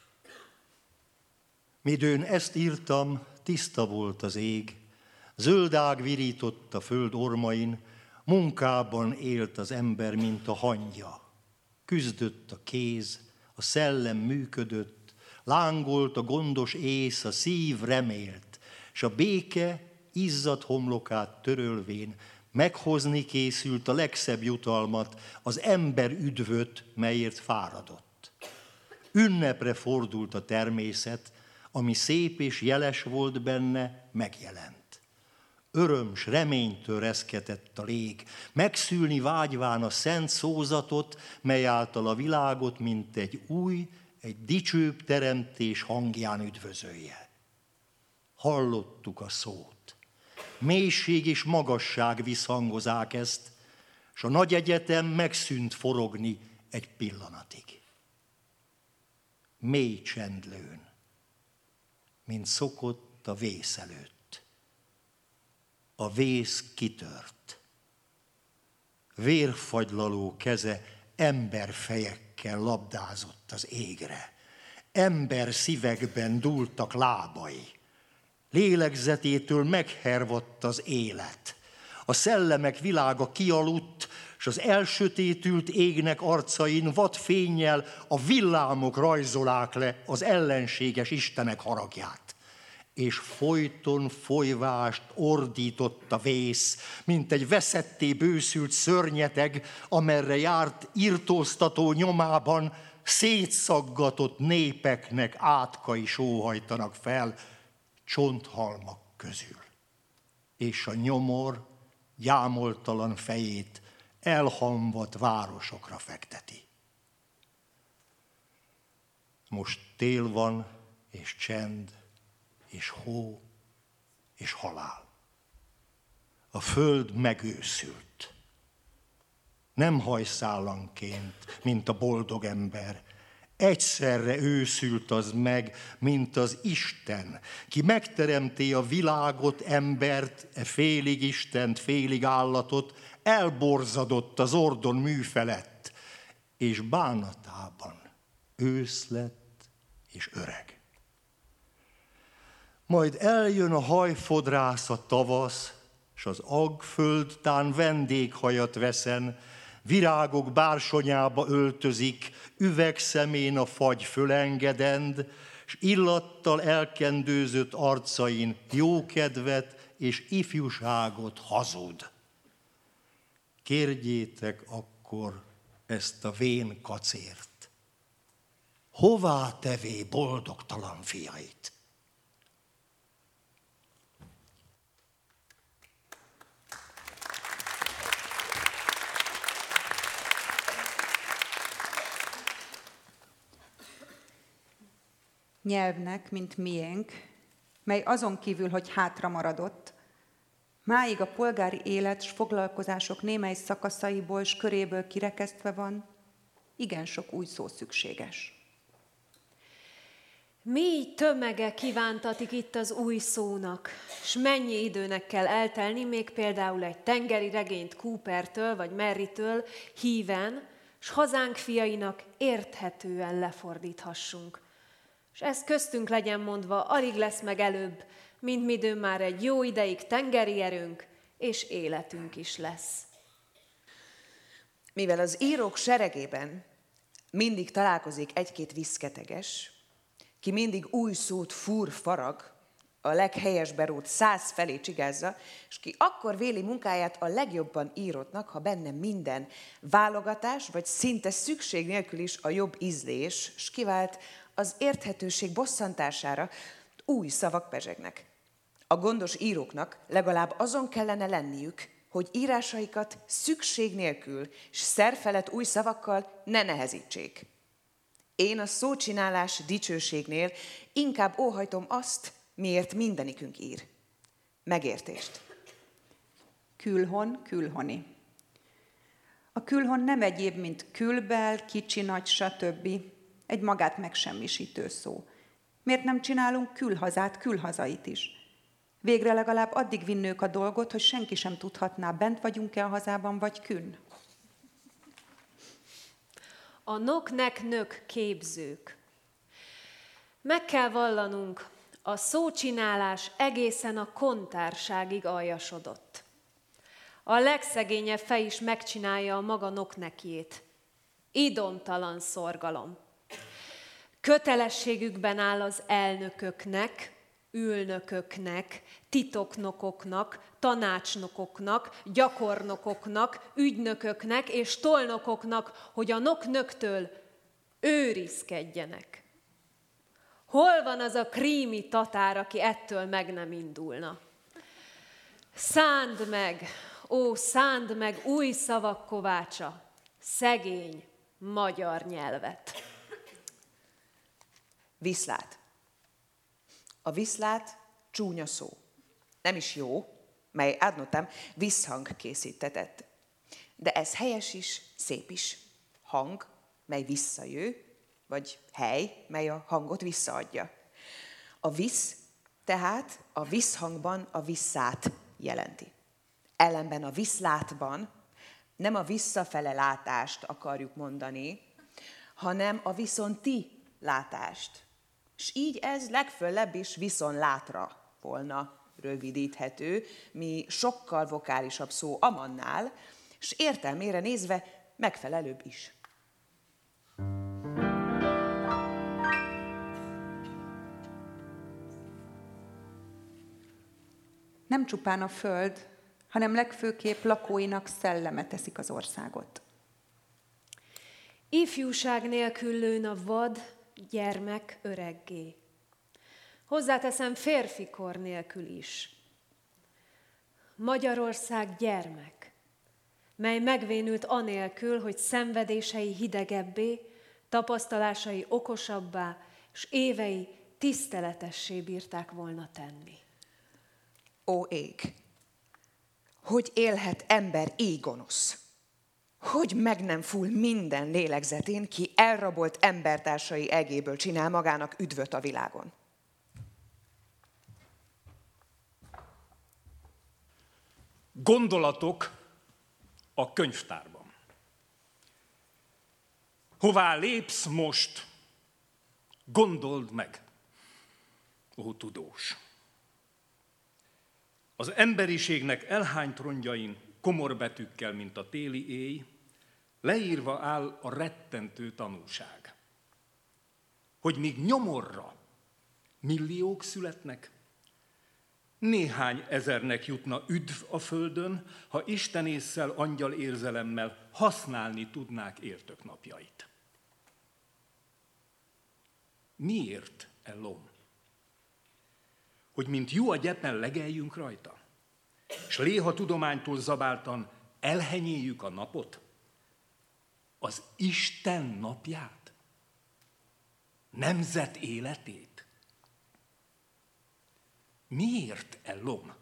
Midőn ezt írtam, tiszta volt az ég, zöld ág virított a föld ormain, munkában élt az ember, mint a hangya. Küzdött a kéz, a szellem működött, lángolt a gondos ész, a szív remélt, s a béke izzadt homlokát törölvén meghozni készült a legszebb jutalmat, az ember üdvöt, melyért fáradott. Ünnepre fordult a természet, ami szép és jeles volt benne, megjelent. Öröm s reménytől reszketett a lég, megszülni vágyván a szent szózatot, mely által a világot, mint egy új, egy dicsőbb teremtés hangján üdvözölje. Hallottuk a szót. Mélység és magasság visszhangozák ezt, s a nagy egyetem megszűnt forogni egy pillanatig. Mély csendlőn, mint szokott a vész előtt. A vész kitört. Vérfagylaló keze emberfejekkel labdázott az égre. Ember szívekben dúltak lábai. Lélegzetétől meghervadt az élet. A szellemek világa kialudt, s az elsötétült égnek arcain vad fénnyel a villámok rajzolák le az ellenséges istenek haragját. És folyton folyvást ordított a vész, mint egy veszetté bőszült szörnyeteg, amerre járt irtóztató nyomában szétszaggatott népeknek átkai sóhajtanak fel csonthalmak közül. És a nyomor gyámoltalan fejét elhamvadt városokra fekteti. Most tél van, és csend, és hó, és halál. A föld megőszült. Nem hajszállanként, mint a boldog ember, egyszerre őszült az meg, mint az Isten, ki megteremté a világot, embert, e félig Istent, félig állatot, elborzadott az ordon mű felett, és bánatában ősz lett és öreg. Majd eljön a hajfodrász a tavasz, s az aggföld tán vendéghajat veszen, virágok bársonyába öltözik, üvegszemén a fagy fölengedend, s illattal elkendőzött arcain jókedvet és ifjúságot hazud. Kérjétek akkor ezt a vén kacért. Hová tevé boldogtalan fiait? Nyelvnek, mint miénk, mely azon kívül, hogy hátra maradott, máig a polgári élet s foglalkozások némely szakaszaiból s köréből kirekesztve van, igen sok új szó szükséges. Mély tömege kívántatik itt az új szónak, s mennyi időnek kell eltelni, még például egy tengeri regényt Coopertől vagy Merrytől híven, s hazánk fiainak érthetően lefordíthassunk. És ez köztünk legyen mondva, alig lesz meg előbb, mint midőn már egy jó ideig tengeri erőnk és életünk is lesz. Mivel az írók seregében mindig találkozik egy-két viszketeges, ki mindig új szót fúr farag, a leghelyesberót száz felé csigázza, és ki akkor véli munkáját a legjobban írottnak, ha benne minden válogatás, vagy szinte szükség nélkül is a jobb ízlés, s kivált az érthetőség bosszantására új szavak pezsegnek. A gondos íróknak legalább azon kellene lenniük, hogy írásaikat szükség nélkül és szerfelett új szavakkal ne nehezítsék. Én a szócsinálás dicsőségnél inkább óhajtom azt, miért mindenikünk ír. Megértést. Külhon, külhoni. A külhon nem egyéb, mint külbel, kicsi, nagy, stb. Egy magát megsemmisítő szó. Miért nem csinálunk külhazát, külhazait is? Végre legalább addig vinnők a dolgot, hogy senki sem tudhatná, bent vagyunk-e a hazában, vagy künn. A noknek-nök képzők. Meg kell vallanunk, a szócsinálás egészen a kontárságig aljasodott. A legszegényebb fej is megcsinálja a maga noknekjét. Idomtalan szorgalom. Kötelességükben áll az elnököknek, ülnököknek, titoknokoknak, tanácsnokoknak, gyakornokoknak, ügynököknek és tolnokoknak, hogy a noknöktől őrizkedjenek. Hol van az a krími tatár, aki ettől meg nem indulna? Szánd meg, ó, szánd meg új szavak kovácsa, szegény magyar nyelvet. Viszlát. A viszlát csúnya szó. Nem is jó, mely adnotam visszhang készítetett. De ez helyes is, szép is. Hang, mely visszajő, vagy hely, mely a hangot visszaadja. A visz, tehát a visszhangban a visszát jelenti. Ellenben a viszlátban nem a visszafele látást akarjuk mondani, hanem a viszonti látást. És így ez legföllebb is viszonlátra volna rövidíthető, mi sokkal vokálisabb szó amannál, és értelmére nézve megfelelőbb is. Nem csupán a föld, hanem legfőképp lakóinak szelleme teszik az országot. Ifjúság nélkül lőn a vad, gyermek öreggé. Hozzáteszem férfikor nélkül is. Magyarország gyermek, mely megvénült anélkül, hogy szenvedései hidegebbé, tapasztalásai okosabbá, és évei tiszteletessé bírták volna tenni. Ó ég, hogy élhet ember így gonosz? Hogy meg nem full minden lélegzetén, ki elrabolt embertársai egéből csinál magának üdvöt a világon? Gondolatok a könyvtárban. Hová lépsz most, gondold meg, ó tudós. Az emberiségnek elhányt rongyain, komorbetűkkel, mint a téli éj, leírva áll a rettentő tanúság, hogy míg nyomorra milliók születnek, néhány ezernek jutna üdv a földön, ha Isten ésszel, angyal érzelemmel használni tudnák értök napjait. Miért, Ellom? Hogy mint jó a gyepen legeljünk rajta, s léha tudománytól zabáltan elhenyéljük a napot, az Isten napját, nemzet életét. Miért, Ellom?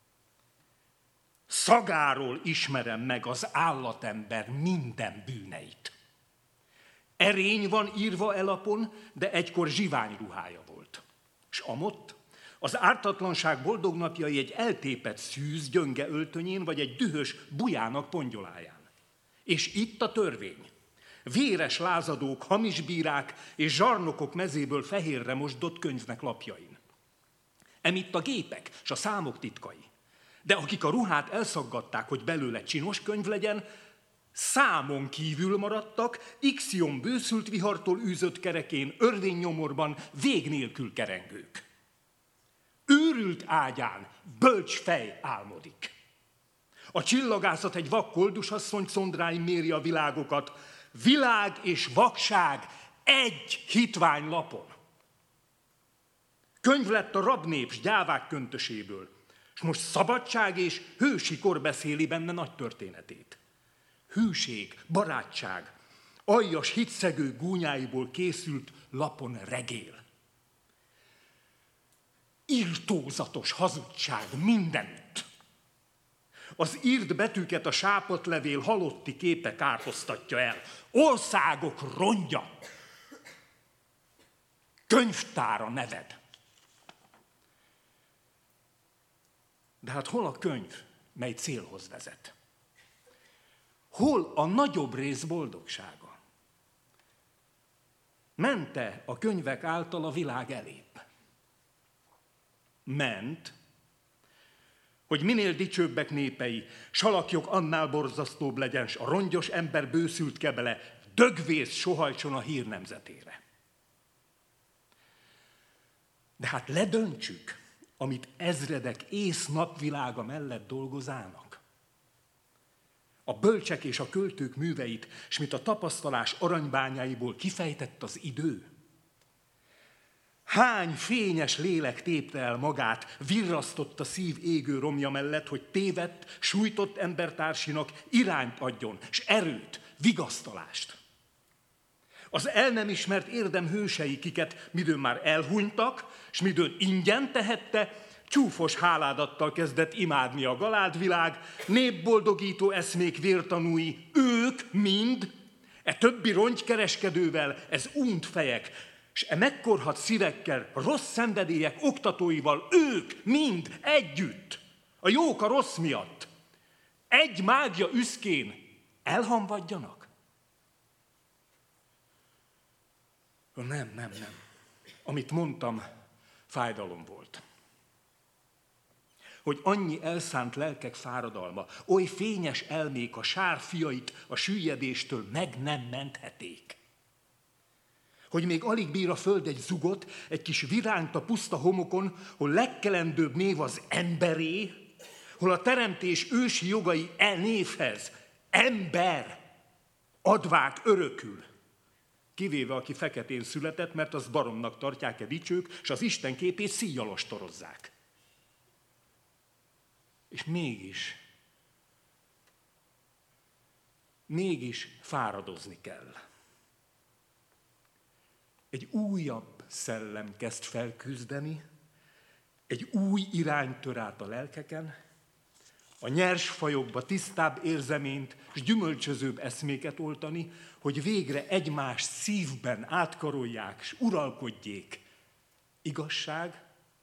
Szagáról ismerem meg az állatember minden bűneit. Erény van írva elapon, de egykor zsiványruhája volt. S amott az ártatlanság boldog napjai egy eltépett szűz gyönge öltönyén, vagy egy dühös bujának pongyoláján. És itt a törvény. Véres lázadók, hamis bírák és zsarnokok mezéből fehérre mosdott könyvnek lapjain. Emitt a gépek s a számok titkai. De akik a ruhát elszaggatták, hogy belőle csinos könyv legyen, számon kívül maradtak, Ixion bőszült vihartól űzött kerekén, örvénynyomorban vég nélkül kerengők. Őrült ágyán bölcs fej álmodik. A csillagászat egy vak koldusasszony szondráin méri a világokat, világ és vakság egy hitvány lapon. Könyv lett a rabnép s gyávák köntöséből, és most szabadság és hősi kor beszéli benne nagy történetét. Hűség, barátság, aljas hitszegő gúnyáiból készült lapon regél. Irtózatos hazugság mindenütt. Az írt betűket a sápadt levél halotti képe kárhoztatja el. Országok rongya. Könyvtár a neved. De hát hol a könyv, mely célhoz vezet? Hol a nagyobb rész boldogsága? Ment-e a könyvek által a világ elébb? Ment, hogy minél dicsőbbek népei, salakjok annál borzasztóbb legyen, s a rongyos ember bőszült kebele dögvész sohajtson a hír nemzetére. De hát ledöntsük, amit ezredek ész-napvilága mellett dolgozának. A bölcsek és a költők műveit, s mint a tapasztalás aranybányáiból kifejtett az idő. Hány fényes lélek tépte el magát, virrasztott a szív égő romja mellett, hogy tévedt, sújtott embertársinak irányt adjon, s erőt, vigasztalást. Az el nem ismert érdem hősei, kiket midőn már elhunytak, s midőn ingyen tehette, csúfos háládattal kezdett imádni a galádvilág, népboldogító eszmék vértanúi, ők mind, e többi rongykereskedővel, ez unt fejek, s e megkorhadt szívekkel, rossz szenvedélyek oktatóival, ők mind együtt, a jók a rossz miatt, egy mágia üszkén elhamvadjanak? Nem, nem, nem. Amit mondtam, fájdalom volt. Hogy annyi elszánt lelkek fáradalma, oly fényes elmék a sár fiait a süllyedéstől meg nem mentheték. Hogy még alig bír a föld egy zugot, egy kis virányt a puszta homokon, hol legkelendőbb név az emberé, hol a teremtés ősi jogai e névhez, ember, advák örökül. Kivéve, aki feketén született, mert azt baromnak tartják-e dicsők, és az Isten képét szíjjal ostorozzák. És mégis, mégis fáradozni kell. Egy újabb szellem kezd felküzdeni, egy új irány tör át a lelkeken, A nyers fajokba tisztább érzeményt és gyümölcsözőbb eszméket oltani, hogy végre egymás szívben átkarolják és uralkodjék. Igazság,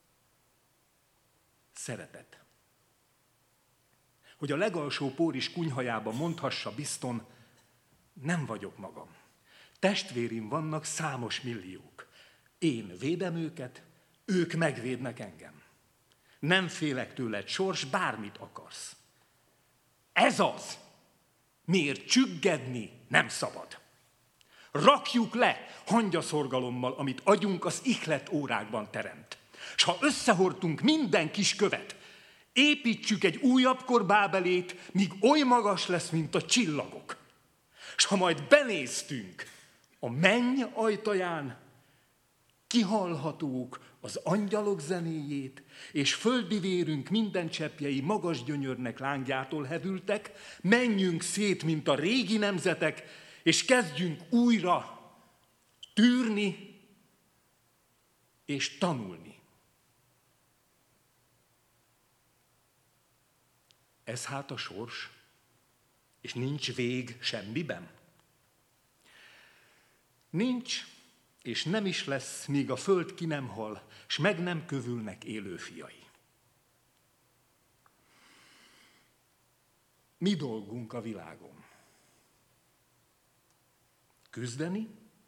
szeretet. Hogy a legalsó póris kunyhajába mondhassa bizton, nem vagyok magam. Testvérim vannak számos milliók. Én védem őket, ők megvédnek engem. Nem félek tőled, sors, bármit akarsz. Ez az, miért csüggedni nem szabad. Rakjuk le hangyaszorgalommal, amit agyunk az ihlet órákban teremt. S ha összehordtunk minden kis követ, építsük egy újabb kor Bábelét, míg oly magas lesz, mint a csillagok. S ha majd benéztünk a menny ajtaján, kihallhatók az angyalok zenéjét, és földi vérünk minden cseppjei magas gyönyörnek lángjától hevültek, menjünk szét, mint a régi nemzetek, és kezdjünk újra tűrni és tanulni. Ez hát a sors, és nincs vég semmiben? Nincs, és nem is lesz, míg a föld ki nem hal, s meg nem kövülnek élő fiai. Mi dolgunk a világon? Küzdeni,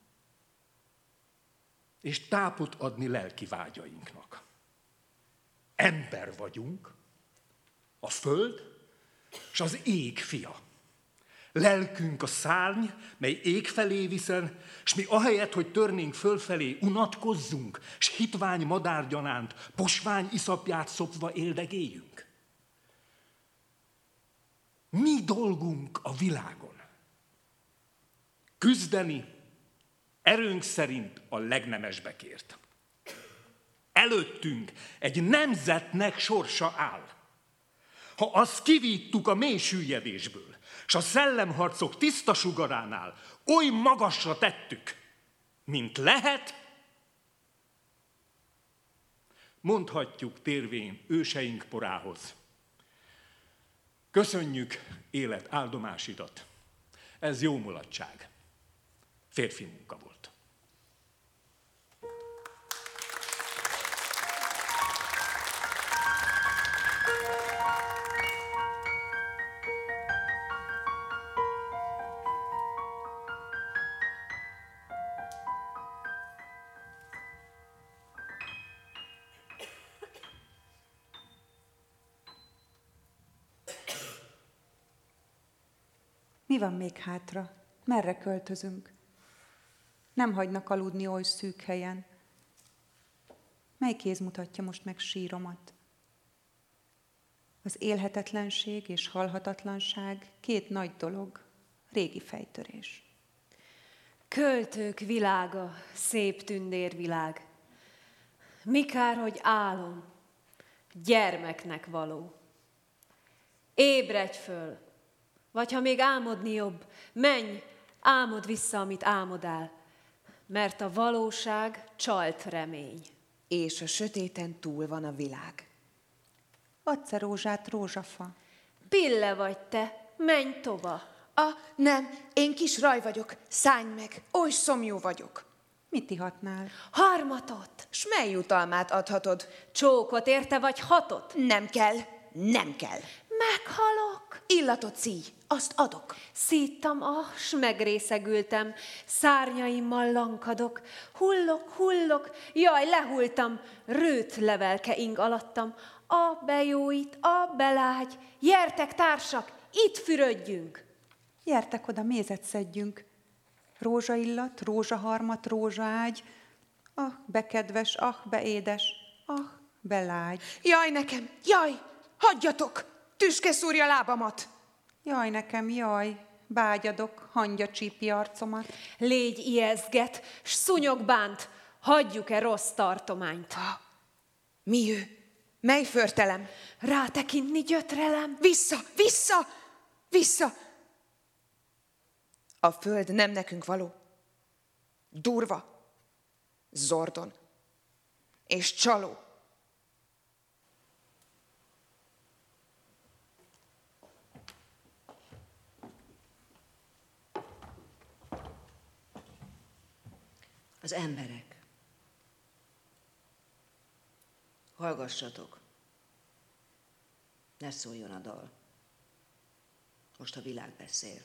és tápot adni lelki vágyainknak. Ember vagyunk, a föld és az ég fia. Lelkünk a szárny, mely ég felé viszen, s mi ahelyett, hogy törnénk fölfelé, unatkozzunk, s hitvány madárgyanánt, posvány iszapját szopva éldegéljünk. Mi dolgunk a világon? Küzdeni erőnk szerint a legnemesbekért. Előttünk egy nemzetnek sorsa áll. Ha azt kivíttuk a mély süllyedésből, s a szellemharcok tiszta sugaránál oly magasra tettük, mint lehet, mondhatjuk térvén őseink porához. Köszönjük élet áldomásidat. Ez jó mulatság. Férfi munka volt. Mi van még hátra? Merre költözünk? Nem hagynak aludni oly szűk helyen. Mely kéz mutatja most meg síromat? Az élhetetlenség és halhatatlanság két nagy dolog, régi fejtörés. Költők világa, szép tündérvilág. Mi kár, hogy álom, gyermeknek való. Ébredj föl, vagy ha még álmodni jobb, menj, álmod vissza, amit álmodál, mert a valóság csalt remény. És a sötéten túl van a világ. Adsz a rózsát, rózsafa? Pille vagy te, menj tova. A, nem, én kis raj vagyok, szállj meg, oly szomjú vagyok. Mit ihatnál? Harmatot. S mely jutalmát adhatod? Csókot érte vagy hatot? Nem kell, nem kell. Meghalok. Illatot szíj, azt adok. Szíttam, ah, s megrészegültem, szárnyaimmal lankadok, hullok, hullok, jaj, lehultam, rőt levelke ing alattam, a bejóit, a belágy, gyertek társak, itt fürödjünk. Gyertek oda, mézet szedjünk. Rózsaillat, rózsaharmat, rózsaágy, ah, bekedves, ah, beédes, ah, belágy. Jaj nekem, jaj, hagyjatok, tüske szúrja lábamat. Jaj nekem, jaj, bágyadok, hangya csípi arcomat. Légy ijeszget, s szúnyog bánt, hagyjuk-e rossz tartományt? Ha, mi ő? Mely förtelem? Rátekintni gyötrelem? Vissza, vissza, vissza! A föld nem nekünk való. Durva, zordon és csaló. Az emberek. Hallgassatok. Ne szóljon a dal. Most a világ beszél.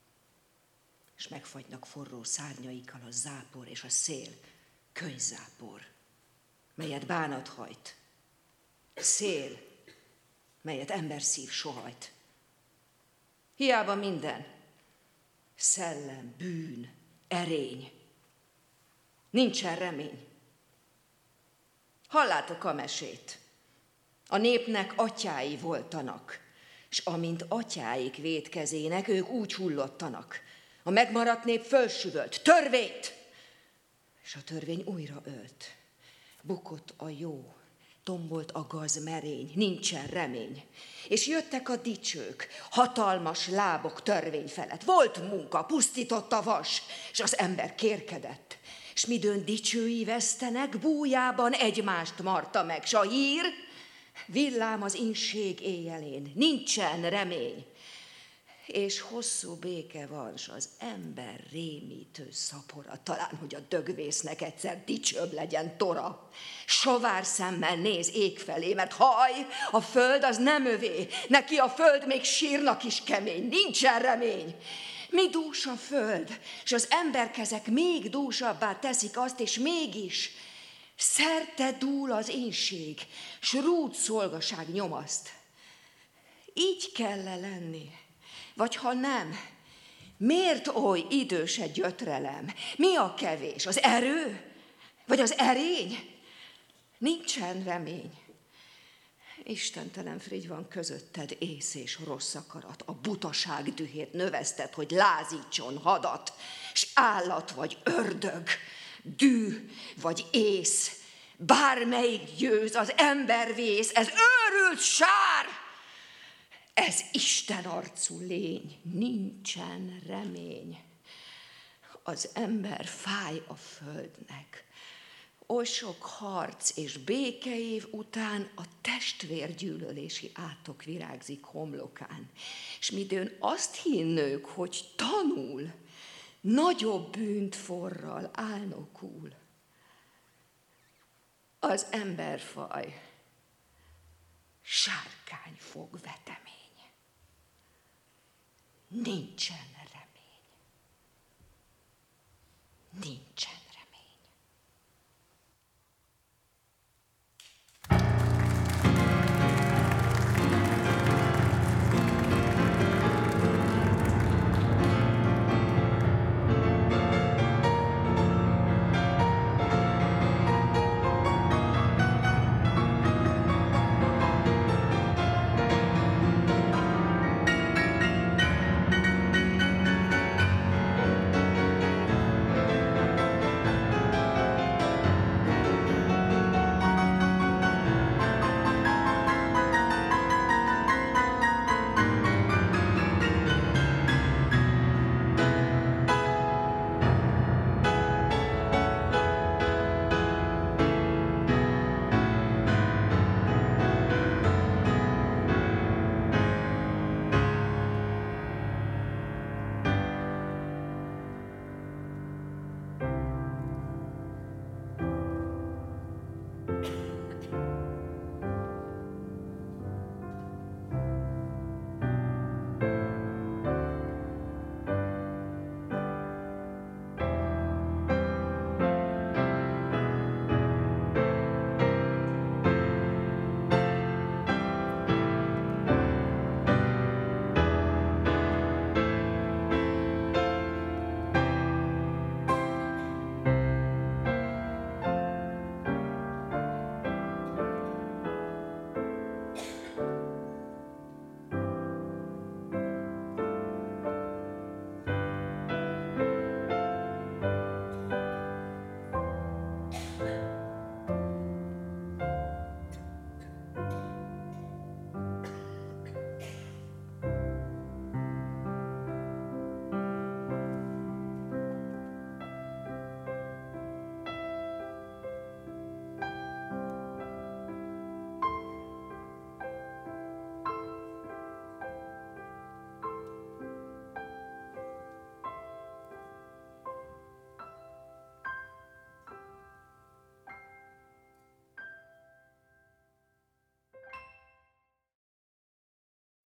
És megfagynak forró szárnyaikkal a zápor és a szél, könyvzápor, melyet bánat hajt. Szél, melyet emberszív sohajt. Hiába minden. Szellem, bűn, erény. Nincsen remény. Hallátok a mesét. A népnek atyái voltanak, és amint atyáik vétkezének, ők úgy hullottanak. A megmaradt nép fölsüvölt törvényt, és a törvény újra ölt. Bukott a jó, tombolt a gaz merény, nincsen remény. És jöttek a dicsők, hatalmas lábok törvény felett. Volt munka, pusztított a vas, és az ember kérkedett. És midőn dicsői vesztenek, bújában egymást marta meg, s a hír villám az inség éjjelén, nincsen remény. És hosszú béke van, s az ember rémítő szapora, talán, hogy a dögvésznek egyszer dicsőbb legyen tora. Sovár szemmel néz ég felé, mert haj, a föld az nem övé, neki a föld még sírnak is kemény, nincsen remény. Mi dús a föld, és az emberkezek még dúsabbá teszik azt, és mégis szerte dúl az énség, s rúd szolgaság nyomaszt. Így kell-e lenni? Vagy ha nem, miért oly idős egy gyötrelem? Mi a kevés? Az erő? Vagy az erény? Nincsen remény. Istentelen frigy van közötted ész és rossz akarat. A butaság dühét növeszted, hogy lázítson hadat, s állat vagy ördög, dű vagy ész, bármelyik győz, az ember vész, ez őrült sár! Ez Isten arcú lény, nincsen remény. Az ember fáj a földnek. Oly sok harc és békeév után a testvérgyűlölési átok virágzik homlokán. És midőn azt hinnők, hogy tanul, nagyobb bűnt forral álnokul. Az emberfaj sárkány fog vetemény. Nincsen remény. Nincsen.